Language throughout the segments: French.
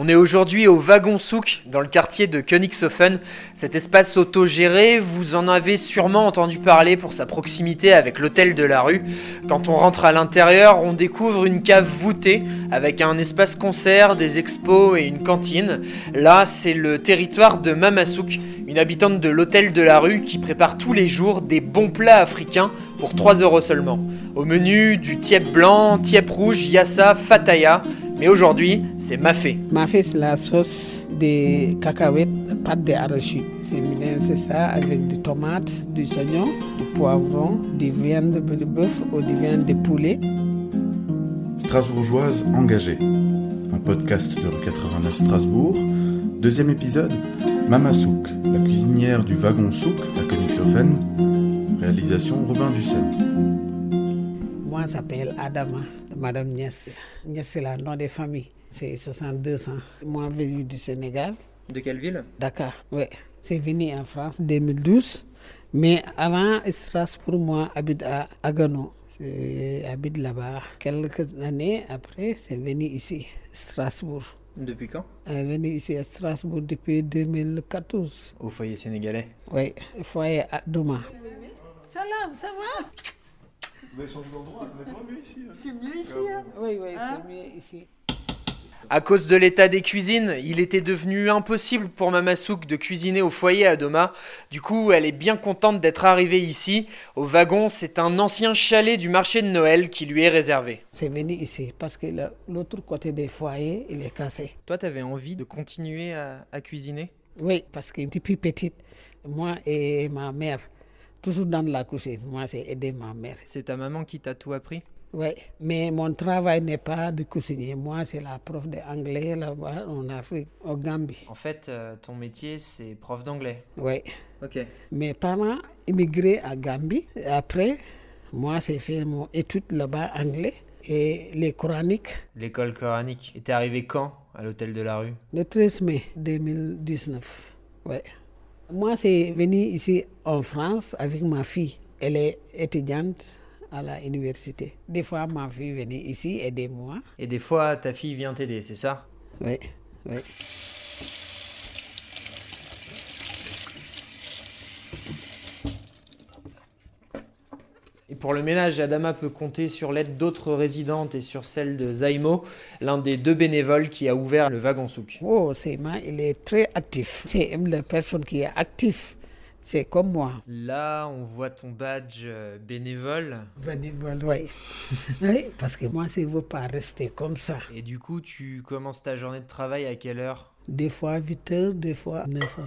On est aujourd'hui au Wagon Souk, dans le quartier de Königshofen. Cet espace autogéré, vous en avez sûrement entendu parler pour sa proximité avec l'hôtel de la rue. Quand on rentre à l'intérieur, on découvre une cave voûtée avec un espace concert, des expos et une cantine. Là, c'est le territoire de Mama Souk, une habitante de l'hôtel de la rue qui prépare tous les jours des bons plats africains pour 3 € seulement. Au menu, du tiep blanc, tiep rouge, yassa, fataya. Mais aujourd'hui, c'est mafé. Mafé, c'est la sauce de cacahuètes, pâte d'arachide. C'est ça, avec des tomates, du oignon, du poivron, des viandes de bœuf ou des viandes de poulet. Strasbourgeoise engagée, un podcast de 89 Strasbourg. Deuxième épisode, Mama Souk, la cuisinière du Wagon Souk à Königshofen. Réalisation Robin Dussen. Moi, je s'appelle Adama, Madame Niès. Niès, c'est le nom de famille. C'est 62 ans. Moi, venu du Sénégal. De quelle ville? Dakar, oui. C'est venu en France en 2012. Mais avant Strasbourg, moi, j'habite à Agano. J'habite là-bas. Quelques années après, c'est venu ici, Strasbourg. Depuis quand? Venu ici à Strasbourg depuis 2014. Au foyer sénégalais? Oui, au foyer à Doma. Salam, ça va? Vous avez changé d'endroit, ça va être mieux ici. C'est mieux ici, hein? Oui, c'est mieux ici. À cause de l'état des cuisines, il était devenu impossible pour Mama Souk de cuisiner au foyer à Doma. Du coup, elle est bien contente d'être arrivée ici. Au Wagon, c'est un ancien chalet du marché de Noël qui lui est réservé. C'est venu ici parce que l'autre côté des foyers, il est cassé. Toi, t'avais envie de continuer à cuisiner? Oui, parce que depuis petite, moi et ma mère, toujours dans la cuisine, moi j'ai aidé ma mère. C'est ta maman qui t'a tout appris? Oui, mais mon travail n'est pas de cuisiner. Moi, c'est la prof d'anglais là-bas en Afrique, au Gambie. En fait, ton métier, c'est prof d'anglais. Oui. Ok. Mes parents immigré à Gambie. Après, moi, j'ai fait mon étude là-bas anglais et les coraniques. L'école coranique. Et t'es arrivé quand à l'hôtel de la rue? Le 13 mai 2019. Oui. Moi, c'est venu ici en France avec ma fille. Elle est étudiante à l'université. Des fois, ma fille venait ici aider moi. Et des fois, ta fille vient t'aider, c'est ça? Oui, oui. Et pour le ménage, Adama peut compter sur l'aide d'autres résidentes et sur celle de Zaimo, l'un des 2 bénévoles qui a ouvert le Wagon Souk. Oh, il est très actif. C'est la personne qui est active. C'est comme moi. Là, on voit ton badge bénévole. Bénévole, oui. Oui, parce que moi, je ne veux pas rester comme ça. Et du coup, tu commences ta journée de travail à quelle heure? Des fois 8 heures, des fois 9 heures.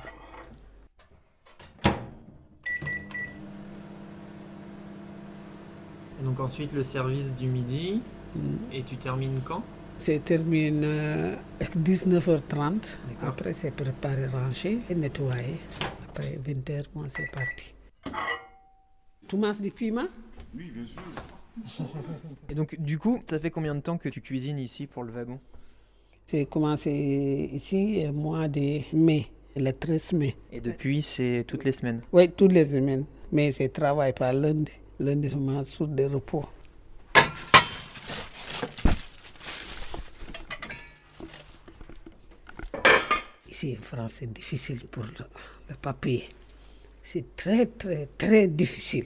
Et donc ensuite, le service du midi. Et tu termines quand? C'est terminé à 19h30. D'accord. Après, c'est préparé, ranger et nettoyer. Après 20h, moi, c'est parti. Tu manges du piment? Oui, bien sûr. Et donc, du coup, ça fait combien de temps que tu cuisines ici pour le Wagon? J'ai commencé ici au mois de mai, le 13 mai. Et depuis, c'est toutes les semaines? Oui, toutes les semaines. Mais je travaille pas lundi. Lundi, je mange sur des repos. Ici en France, c'est difficile pour le papier. C'est très, très, très difficile.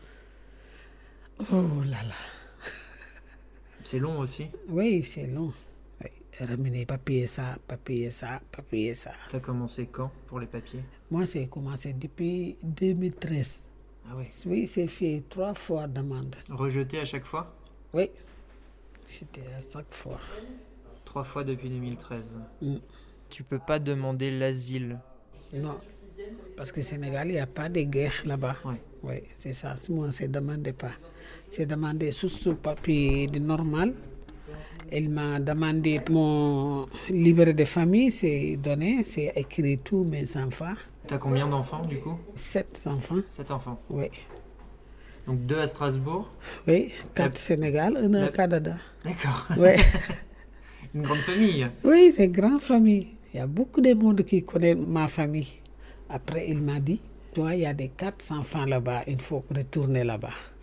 Oh là là. C'est long aussi? Oui, c'est long. Oui. Ramener papier, ça, papier, ça, papier, ça. T'as commencé quand pour les papiers? Moi, j'ai commencé depuis 2013. Ah oui. Oui, j'ai fait 3 fois demande. Rejeté à chaque fois? Oui, j'étais à chaque fois. 3 fois depuis 2013. Mm. Tu peux pas demander l'asile? Non, parce que Sénégal, il n'y a pas de guerre là-bas. Ouais. Oui, c'est ça. Moi, je ne demandais pas. C'est demandé sous papier de normal. Elle m'a demandé mon livret de famille, c'est donné, c'est écrit tous mes enfants. T'as combien d'enfants du coup? 7 enfants. 7 enfants. Oui. Donc 2 à Strasbourg? Oui, 4 Sénégal, 1 au Canada. D'accord. Oui. Une grande famille. Oui, c'est une grande famille. Il y a beaucoup de monde qui connaît ma famille. Après, il m'a dit, toi, il y a des 4 enfants là-bas, il faut retourner là-bas.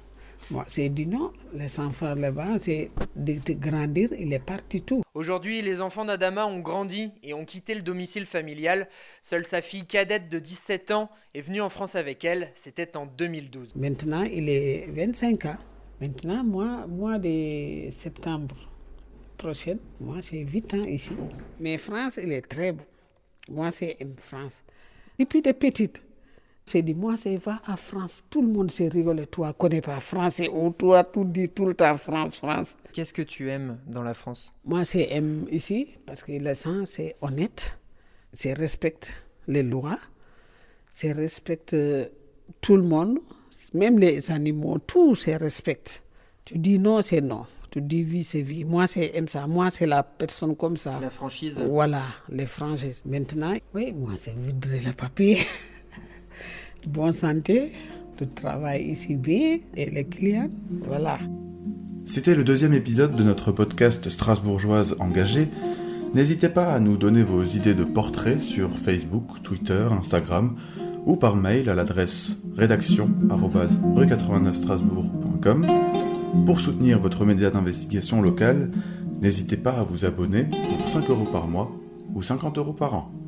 Moi, j'ai dit non, les enfants là-bas, c'est de grandir, il est parti tout. Aujourd'hui, les enfants d'Adama ont grandi et ont quitté le domicile familial. Seule sa fille cadette de 17 ans est venue en France avec elle, c'était en 2012. Maintenant, il est 25 ans. Maintenant, mois de septembre prochain, moi j'ai 8 ans ici. Mais France, il est très beau. Moi, c'est en France. Depuis de petite, j'ai dit, moi, c'est va à France. Tout le monde se rigole. Toi, connais pas France, c'est où toi, tout dit tout le temps France, France. Qu'est-ce que tu aimes dans la France ? Moi, j'aime ici parce que les gens, c'est honnête. Je respecte les lois. Je respecte tout le monde. Même les animaux, tout se respecte. Tu dis non, c'est non. Tu dis oui, c'est oui. Moi, c'est ça. Moi, c'est la personne comme ça. La franchise ? Voilà, les franchises. Maintenant, oui, moi, je voudrais le papier. Bonne santé, tu travailles ici bien et les clients, voilà. C'était le 2e épisode de notre podcast Strasbourgeoise engagée. N'hésitez pas à nous donner vos idées de portraits sur Facebook, Twitter, Instagram ou par mail à l'adresse rédaction@rue89strasbourg.com. Pour soutenir votre média d'investigation locale, n'hésitez pas à vous abonner pour 5 € par mois ou 50 € par an.